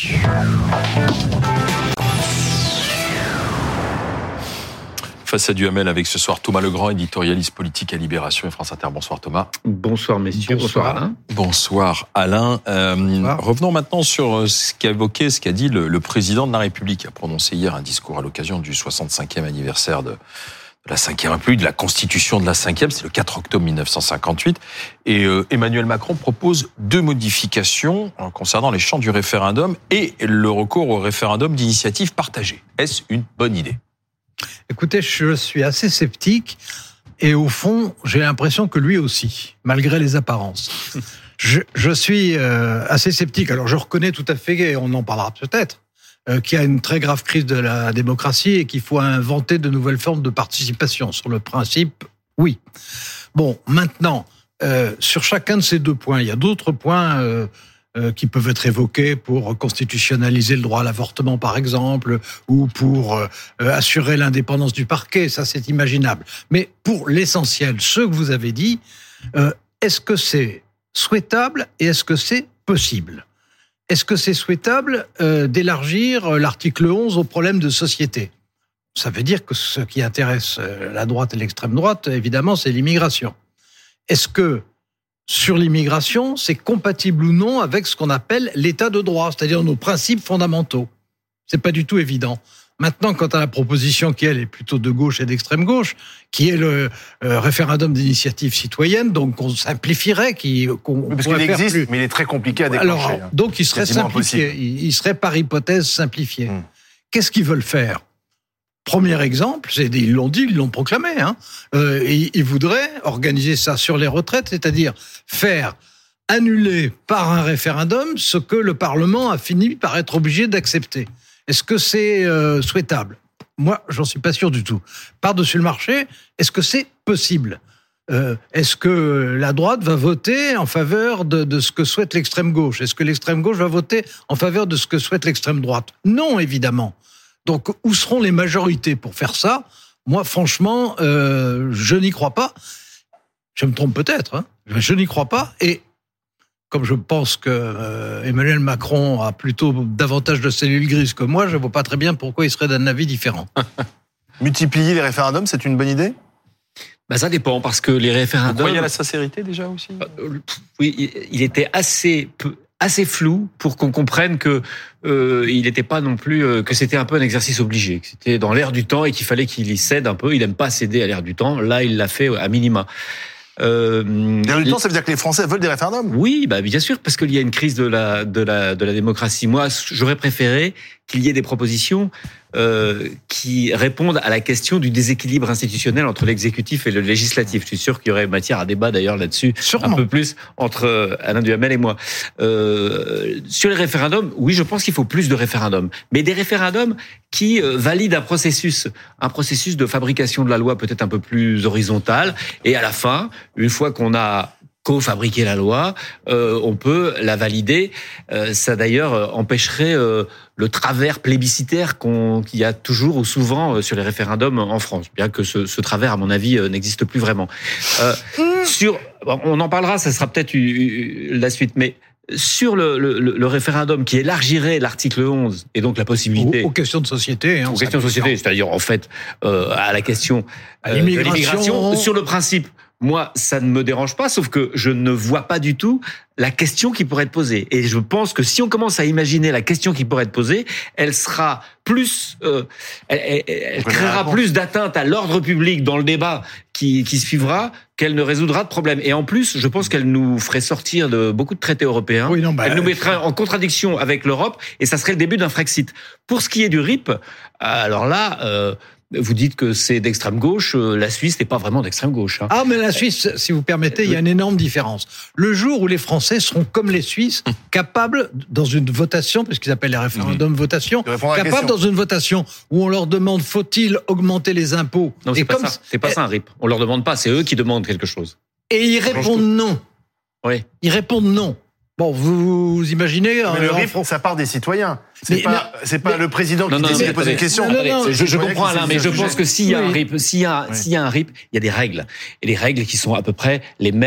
Face à Duhamel avec ce soir Thomas Legrand, éditorialiste politique à Libération et France Inter. Bonsoir Thomas. Bonsoir messieurs, bonsoir Alain. Bonsoir Alain. Revenons maintenant sur ce qu'a dit le président de la République. Il a prononcé hier un discours à l'occasion du 65e anniversaire de la Ve République, de la Constitution de la Ve, c'est le 4 octobre 1958. Et Emmanuel Macron propose 2 modifications concernant les champs du référendum et le recours au référendum d'initiative partagée. Est-ce une bonne idée ? Écoutez, je suis assez sceptique et au fond, j'ai l'impression que lui aussi, malgré les apparences. Je suis assez sceptique. Alors je reconnais tout à fait, et on en parlera peut-être, qu'il y a une très grave crise de la démocratie et qu'il faut inventer de nouvelles formes de participation. Sur le principe, oui. Bon, maintenant, sur chacun de ces 2 points, il y a d'autres points qui peuvent être évoqués pour constitutionnaliser le droit à l'avortement, par exemple, ou pour assurer l'indépendance du parquet. Ça, c'est imaginable. Mais pour l'essentiel, ce que vous avez dit, est-ce que c'est souhaitable et est-ce que c'est possible ? Est-ce que c'est souhaitable d'élargir l'article 11 aux problèmes de société ? Ça veut dire que ce qui intéresse la droite et l'extrême droite, évidemment, c'est l'immigration. Est-ce que sur l'immigration, c'est compatible ou non avec ce qu'on appelle l'état de droit, c'est-à-dire nos principes fondamentaux? C'est pas du tout évident. Maintenant, quant à la proposition qui, elle, est plutôt de gauche et d'extrême gauche, qui est le référendum d'initiative citoyenne, donc qu'on simplifierait, parce qu'il existe, mais il est très compliqué à déclencher. Alors, donc il serait simplifié, il serait par hypothèse simplifié. Qu'est-ce qu'ils veulent faire ? Premier exemple, ils l'ont dit, ils l'ont proclamé. Ils voudraient organiser ça sur les retraites, c'est-à-dire faire annuler par un référendum ce que le Parlement a fini par être obligé d'accepter. Est-ce que c'est souhaitable ? Moi, j'en suis pas sûr du tout. Par-dessus le marché, est-ce que c'est possible ? Est-ce que la droite va voter en faveur de ce que souhaite l'extrême gauche ? Est-ce que l'extrême gauche va voter en faveur de ce que souhaite l'extrême droite ? Non, évidemment. Donc, où seront les majorités pour faire ça ? Moi, franchement, je n'y crois pas. Je me trompe peut-être, je n'y crois pas. Et comme je pense que Emmanuel Macron a plutôt davantage de cellules grises que moi, je ne vois pas très bien pourquoi il serait d'un avis différent. Multiplier les référendums, c'est une bonne idée ? Ça dépend, parce que les référendums... Vous croyez à la sincérité déjà aussi ? Oui, il était assez flou pour qu'on comprenne que il n'était pas non plus que c'était un peu un exercice obligé, que c'était dans l'air du temps et qu'il fallait qu'il y cède un peu. Il n'aime pas céder à l'air du temps. Là, il l'a fait à minima. L'air du temps, ça veut dire que les Français veulent des référendums ? Oui, bien sûr, parce qu'il y a une crise de la démocratie. Moi, j'aurais préféré qu'il y ait des propositions qui répondent à la question du déséquilibre institutionnel entre l'exécutif et le législatif. Je suis sûr qu'il y aurait matière à débat d'ailleurs là-dessus, sûrement. Un peu plus entre Alain Duhamel et moi. Sur les référendums, oui, je pense qu'il faut plus de référendums, mais des référendums qui valident un processus de fabrication de la loi peut-être un peu plus horizontal, et à la fin, une fois qu'on a co-fabriquer la loi, on peut la valider. Ça d'ailleurs empêcherait le travers plébiscitaire qu'il y a toujours ou souvent sur les référendums en France, bien que ce travers, à mon avis, n'existe plus vraiment. On en parlera, ça sera peut-être la suite, mais sur le référendum qui élargirait l'article 11 et donc la possibilité aux questions de société, aux questions de société, c'est-à-dire en fait à la question de l'immigration, sur le principe. Moi, ça ne me dérange pas, sauf que je ne vois pas du tout la question qui pourrait être posée. Et je pense que si on commence à imaginer la question qui pourrait être posée, elle sera plus, elle créera plus d'atteinte à l'ordre public dans le débat qui suivra qu'elle ne résoudra de problème. Et en plus, je pense qu'elle nous ferait sortir de beaucoup de traités européens. Oui, elle nous mettrait en contradiction avec l'Europe et ça serait le début d'un Frexit. Pour ce qui est du RIP, alors là, vous dites que c'est d'extrême gauche, la Suisse n'est pas vraiment d'extrême gauche. Ah, mais la Suisse, si vous permettez, il y a une énorme différence. Le jour où les Français seront comme les Suisses, capables, dans une votation, puisqu'ils appellent les référendums votation, capables dans une votation où on leur demande faut-il augmenter les impôts. Non, c'est pas ça un RIP. On leur demande pas, c'est eux qui demandent quelque chose. Et ils répondent non. Oui. Ils répondent non. Bon, vous imaginez... Mais le RIP, ça part des citoyens. C'est pas le président qui décide de poser une question. Je comprends Alain, mais je pense que s'il y a un RIP, il y a des règles. Et les règles qui sont à peu près les mêmes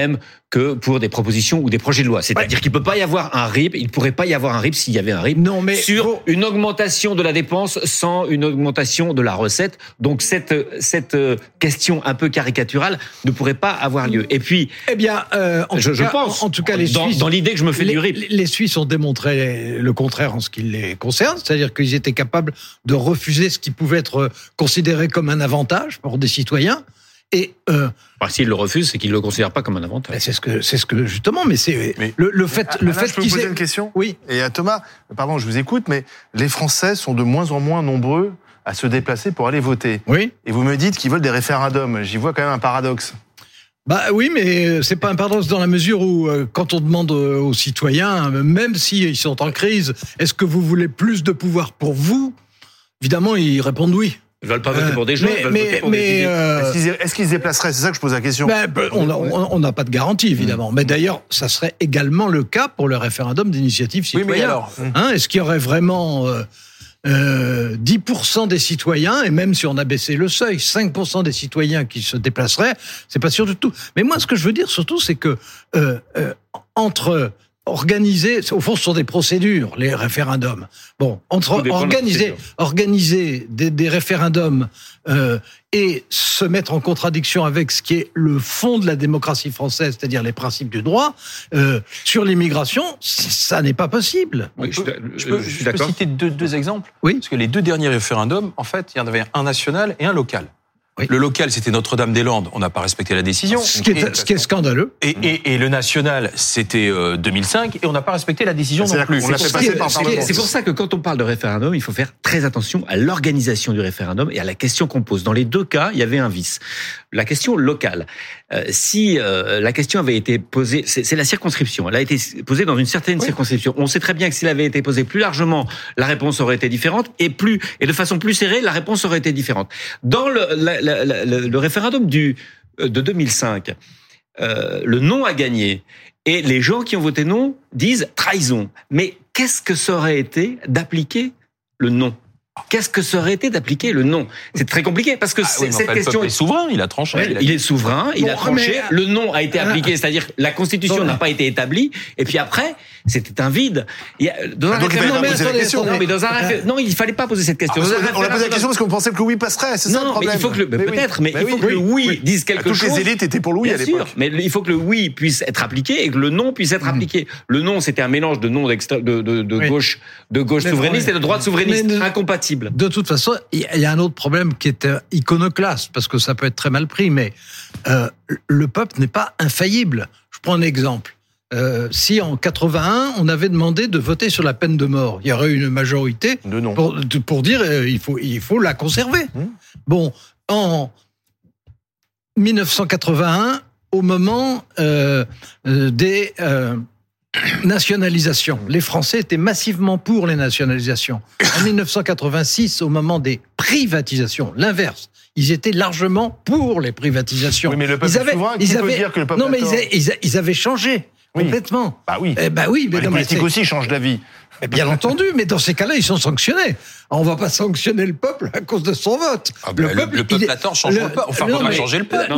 que pour des propositions ou des projets de loi. C'est-à-dire qu'il peut pas y avoir un RIP, il pourrait pas y avoir un RIP s'il y avait un RIP sur une augmentation de la dépense sans une augmentation de la recette. Donc cette question un peu caricaturale ne pourrait pas avoir lieu. Et puis, je pense, en tout cas, les Suisses, dans l'idée que je me fais du RIP, les Suisses ont démontré le contraire en ce qui les concerne, c'est-à-dire qu'ils étaient capables de refuser ce qui pouvait être considéré comme un avantage pour des citoyens. Et s'ils le refusent, c'est qu'ils le considèrent pas comme un avantage. C'est ce que justement, mais c'est le fait je peux vous poser une question. Oui. Et à Thomas, pardon, je vous écoute, mais les Français sont de moins en moins nombreux à se déplacer pour aller voter. Oui. Et vous me dites qu'ils veulent des référendums. J'y vois quand même un paradoxe. Oui, mais c'est pas un paradoxe dans la mesure où quand on demande aux citoyens, même s'ils sont en crise, est-ce que vous voulez plus de pouvoir pour vous ? Évidemment, ils répondent oui. Ils veulent pas voter pour des gens, ils veulent voter pour des idées. Est-ce qu'ils se déplaceraient ? C'est ça que je pose la question. On n'a pas de garantie, évidemment. Mais d'ailleurs, ça serait également le cas pour le référendum d'initiative citoyenne. Oui, mais alors, est-ce qu'il y aurait vraiment 10% des citoyens, et même si on a baissé le seuil, 5% des citoyens qui se déplaceraient, c'est pas sûr du tout. Mais moi, ce que je veux dire surtout, c'est que entre organiser, au fond, ce sont des procédures, les référendums. Bon, entre organiser des référendums et se mettre en contradiction avec ce qui est le fond de la démocratie française, c'est-à-dire les principes du droit, sur l'immigration, ça n'est pas possible. Oui, je peux citer deux exemples. Oui. Parce que les deux derniers référendums, en fait, il y en avait un national et un local. Oui. Le local, c'était Notre-Dame-des-Landes. On n'a pas respecté la décision. Ce qui est scandaleux. Et le national, c'était 2005, et on n'a pas respecté la décision non plus. C'est pour ça que quand on parle de référendum, il faut faire très attention à l'organisation du référendum et à la question qu'on pose. Dans les deux cas, il y avait un vice. La question locale. Si la question avait été posée, c'est la circonscription. Elle a été posée dans une certaine circonscription. On sait très bien que s'il avait été posé plus largement, la réponse aurait été différente, et de façon plus serrée, la réponse aurait été différente. Dans le référendum de 2005, le non a gagné. Et les gens qui ont voté non disent trahison. Mais qu'est-ce que ça aurait été d'appliquer le non ? Qu'est-ce que ça aurait été d'appliquer le non ? C'est très compliqué parce que cette question. Le peuple est souverain, il a tranché. Il est souverain, il a tranché. Le non a été appliqué, c'est-à-dire la Constitution n'a pas été établie. Et puis après, c'était un vide. Non, il fallait pas poser cette question. On a posé la question parce qu'on pensait que le oui passerait. C'est ça le problème. Il faut que le oui dise quelque chose. Toutes les élites étaient pour le oui à l'époque. Mais il faut que le oui puisse être appliqué et que le non puisse être appliqué. Le non, c'était un mélange de non de gauche souverainiste et de droite souverainiste incompatible. De toute façon, il y a un autre problème qui est iconoclaste, parce que ça peut être très mal pris, mais le peuple n'est pas infaillible. Je prends un exemple. Si en 81, on avait demandé de voter sur la peine de mort, il y aurait eu une majorité pour dire il faut la conserver. Bon, en 1981, au moment des nationalisation. Les Français étaient massivement pour les nationalisations. En 1986, au moment des privatisations, l'inverse. Ils étaient largement pour les privatisations. Oui, mais le peuple souverain, qui peut dire que le peuple Non, mais ils avaient changé complètement. Bah oui. Les politiques aussi changent d'avis. Bien entendu, mais dans ces cas-là, ils sont sanctionnés. On va pas sanctionner le peuple à cause de son vote. Le peuple a tort, change le peuple. Enfin, faudra changer le peuple.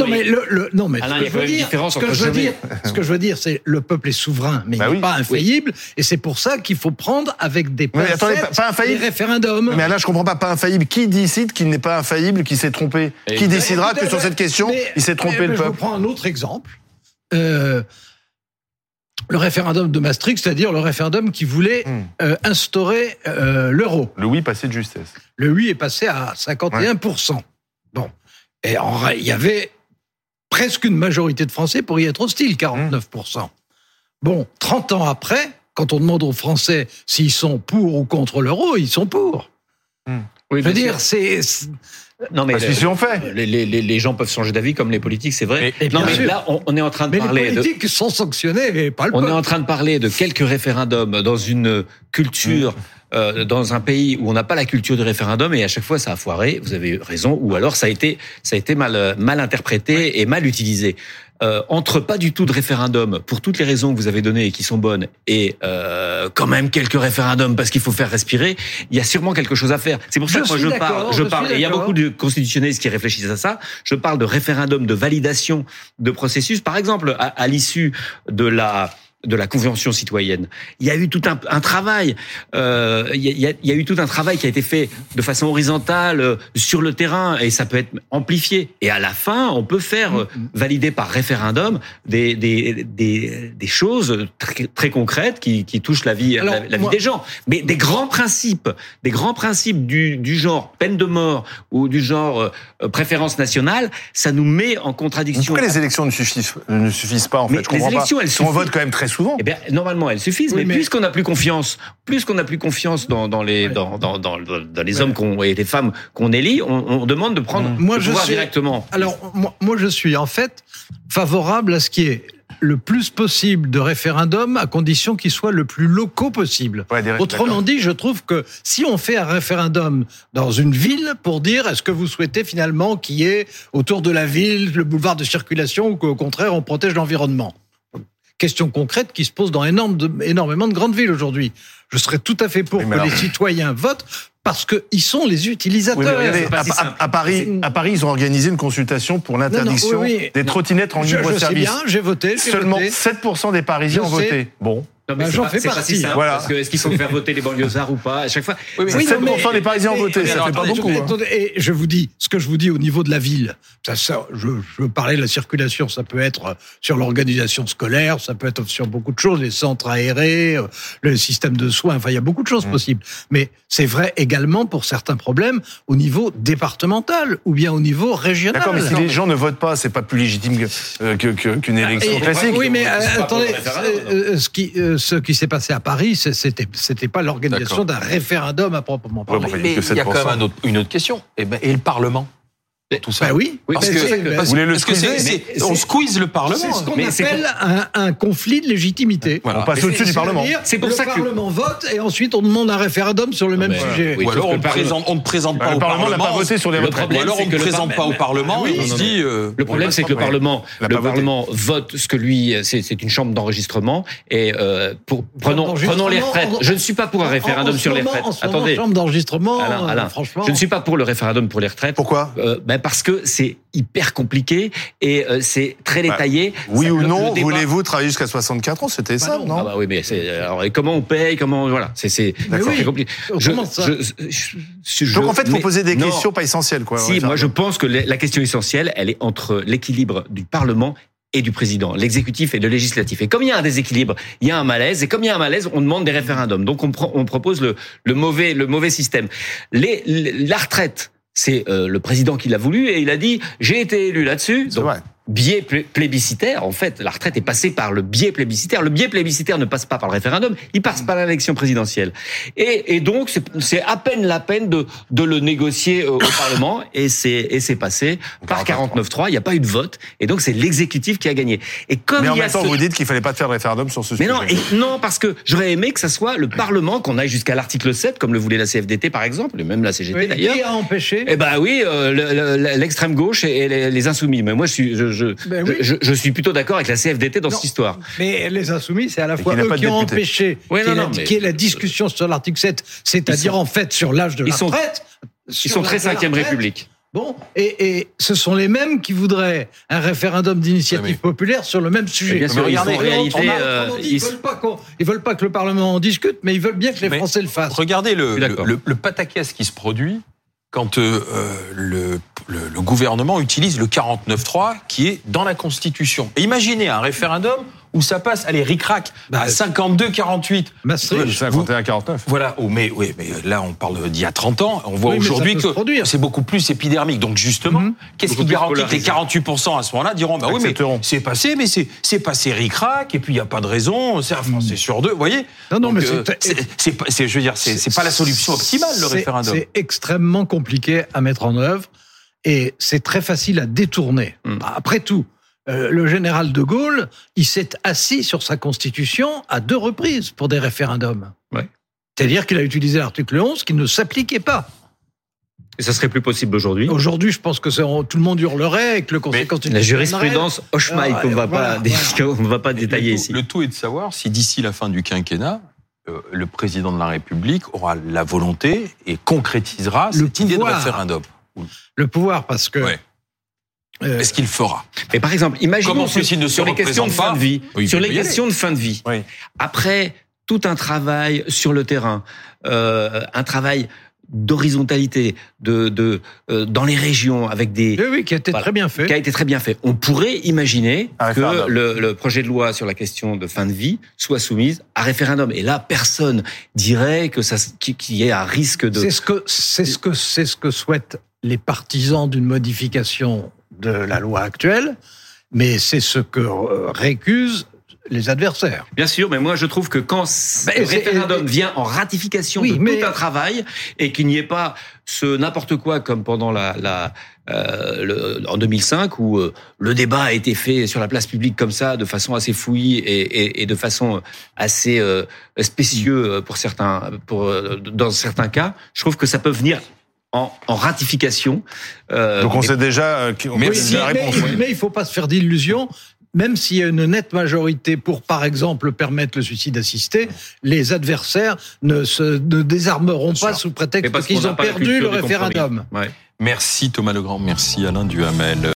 Ce que je veux dire, c'est le peuple est souverain, mais il n'est pas infaillible, et c'est pour ça qu'il faut prendre avec des pincettes les référendums. Mais là, je comprends pas infaillible. Qui décide qu'il n'est pas infaillible, qu'il s'est trompé ? Qui décidera que sur cette question, il s'est trompé le peuple ? Je prends un autre exemple. Le référendum de Maastricht, c'est-à-dire le référendum qui voulait instaurer l'euro. Le oui passé de justesse. Le oui est passé à 51%. Ouais. Bon. Et il y avait presque une majorité de Français pour y être hostile, 49%. Bon, 30 ans après, quand on demande aux Français s'ils sont pour ou contre l'euro, ils sont pour. Oui, je veux dire, c'est... Non, mais on fait. Les gens peuvent changer d'avis comme les politiques, c'est vrai. Mais là, on est en train de parler. Les politiques sont sanctionnés, mais pas le peuple. On est en train de parler de quelques référendums dans une culture, dans un pays où on n'a pas la culture du référendum, et à chaque fois ça a foiré. Vous avez raison, ou alors ça a été mal interprété et mal utilisé. entre pas du tout de référendum pour toutes les raisons que vous avez données et qui sont bonnes, et quand même quelques référendums parce qu'il faut faire respirer, il y a sûrement quelque chose à faire. C'est pour ça que moi je parle. Et il y a beaucoup de constitutionnalistes qui réfléchissent à ça. Je parle de référendum de validation de processus, par exemple à l'issue de la Convention citoyenne. Il y a eu tout un travail. Il y a eu tout un travail qui a été fait de façon horizontale sur le terrain, et ça peut être amplifié. Et à la fin, on peut faire valider par référendum des choses très, très concrètes qui touchent la vie des gens. Mais des grands principes du genre peine de mort ou du genre préférence nationale, ça nous met en contradiction. Pourquoi les élections ne suffisent pas en fait? Je comprends pas. On vote quand même très souvent. Eh bien, normalement, elles suffisent, mais puisqu'on n'a plus confiance dans les hommes et les femmes qu'on élit, on demande de prendre le pouvoir directement. Alors, moi, je suis en fait favorable à ce qui est le plus possible de référendums à condition qu'ils soient le plus locaux possible. Ouais, autrement dit, je trouve que si on fait un référendum dans une ville pour dire est-ce que vous souhaitez finalement qu'il y ait autour de la ville le boulevard de circulation ou qu'au contraire on protège l'environnement. Question concrète qui se pose dans énormément de grandes villes aujourd'hui. Je serais tout à fait pour que les citoyens votent parce qu'ils sont les utilisateurs. Oui, regardez, à Paris, ils ont organisé une consultation pour l'interdiction des trottinettes en libre service. Je sais bien, j'ai voté. Seulement 7% des Parisiens ont voté. Bon. Non, mais j'en fais partie. Pas si simple, voilà. Parce que est-ce qu'il faut faire voter les banlieusards ou pas à chaque fois? 7% des Parisiens ont voté, ça fait pas beaucoup. Et je vous dis, ce que je vous dis au niveau de la ville, je parlais de la circulation, ça peut être sur l'organisation scolaire, ça peut être sur beaucoup de choses, les centres aérés, le système de soins, enfin il y a beaucoup de choses possibles. Mais c'est vrai également pour certains problèmes au niveau départemental ou bien au niveau régional. D'accord, mais si les gens ne votent pas, c'est pas plus légitime qu'une élection classique. Oui, mais attendez, ce qui s'est passé à Paris, c'était pas l'organisation d'un référendum à proprement parler. Mais il y a quand même une autre question. Et le Parlement, tout ça. Ben oui. Parce que on squeeze le Parlement. C'est ce qu'on appelle un conflit de légitimité. Voilà. On passe au-dessus du Parlement. C'est pour ça que le Parlement vote et ensuite on demande un référendum sur le même sujet. Ou alors on ne présente pas au Parlement. Le Parlement n'a pas voté sur les retraites. Ou alors on ne présente pas au Parlement et on se dit. Le problème, c'est que le Parlement vote ce que lui, c'est une chambre d'enregistrement. Et prenons les retraites. Je ne suis pas pour un référendum sur les retraites. Attendez. Chambre d'enregistrement. Franchement. Je ne suis pas pour le référendum pour les retraites. Pourquoi? Parce que c'est hyper compliqué et c'est très détaillé. Oui ou non, voulez-vous travailler jusqu'à 64 ans? C'était ça, non? Ah bah oui, mais alors et comment on paye? Voilà, c'est compliqué. Donc en fait, il faut poser des questions pas essentielles, quoi. Si, moi je pense que la question essentielle, elle est entre l'équilibre du Parlement et du président, l'exécutif et le législatif. Et comme il y a un déséquilibre, il y a un malaise. Et comme il y a un malaise, on demande des référendums. Donc on propose le mauvais système. La retraite. C'est le président qui l'a voulu et il a dit j'ai été élu là-dessus. Donc, biais plébiscitaire, en fait, la retraite est passée par le biais plébiscitaire. Le biais plébiscitaire ne passe pas par le référendum, il passe par l'élection présidentielle. Et donc c'est à peine la peine de le négocier au Parlement et c'est passé par 49.3. Il n'y a pas eu de vote et donc c'est l'exécutif qui a gagné. Et comme mais en même temps, vous dites qu'il fallait pas faire de référendum sur ce sujet. Mais non, parce que j'aurais aimé que ça soit le Parlement, qu'on aille jusqu'à l'article 7, comme le voulait la CFDT par exemple, et même la CGT d'ailleurs. Qui a empêché? Eh ben oui, l'extrême gauche et les insoumis. Mais moi je suis plutôt d'accord avec la CFDT dans cette histoire. Mais les insoumis, c'est à la fois eux qui ont empêché qu'il y ait la discussion sur l'article 7, c'est-à-dire en fait sur l'âge de la retraite. Ils sont très 5e République. Bon, et ce sont les mêmes qui voudraient un référendum d'initiative populaire sur le même sujet. Bien sûr, regardez, ils veulent pas que le Parlement en discute, mais ils veulent bien que les Français le fassent. Regardez le pataquès qui se produit quand le gouvernement utilise le 49.3 qui est dans la Constitution. Et imaginez un référendum où ça passe, allez, ric-rac, à 52-48. Maastricht. 51-49. Voilà, mais là on parle d'il y a 30 ans, on voit aujourd'hui que c'est beaucoup plus épidermique. Donc justement, qu'est-ce qui garantit que les 48% à ce moment-là diront, bah oui, mais c'est passé ric-rac, et puis il n'y a pas de raison, c'est un Français sur deux, vous voyez? Non, mais je veux dire, c'est pas la solution optimale, le référendum. C'est extrêmement compliqué à mettre en œuvre, et c'est très facile à détourner. Après tout, le général de Gaulle, il s'est assis sur sa constitution à 2 reprises pour des référendums. Ouais. C'est-à-dire qu'il a utilisé l'article 11 qui ne s'appliquait pas. Et ça serait plus possible aujourd'hui. Aujourd'hui, je pense que tout le monde hurlerait et que le Conseil constitutionnel... La jurisprudence Hochmeier qu'on ne va pas détailler ici. Le tout est de savoir si d'ici la fin du quinquennat, le président de la République aura la volonté et concrétisera cette idée de référendum. Le pouvoir, parce que... Ouais. Est-ce qu'il fera? Mais par exemple, imaginons sur les questions de fin de vie. Sur les questions de fin de vie. Après tout un travail sur le terrain, un travail d'horizontalité, dans les régions, avec des... Oui, qui a été très bien fait. Qui a été très bien fait. On pourrait imaginer que le projet de loi sur la question de fin de vie soit soumise à référendum. Et là, personne dirait que qu'il y ait un risque de... C'est ce que souhaitent les partisans d'une modification de la loi actuelle, mais c'est ce que récusent les adversaires. Bien sûr, mais moi je trouve que quand le référendum vient en ratification de tout un travail et qu'il n'y ait pas ce n'importe quoi comme pendant en 2005 où le débat a été fait sur la place publique comme ça, de façon assez fouillie et de façon assez spécieuse dans certains cas, je trouve que ça peut venir en ratification. Donc on sait déjà la réponse. Mais il ne faut pas se faire d'illusions. Même s'il y a une nette majorité pour, par exemple, permettre le suicide assisté, les adversaires ne désarmeront pas sous prétexte qu'ils ont perdu le référendum. Merci Thomas Legrand, merci Alain Duhamel.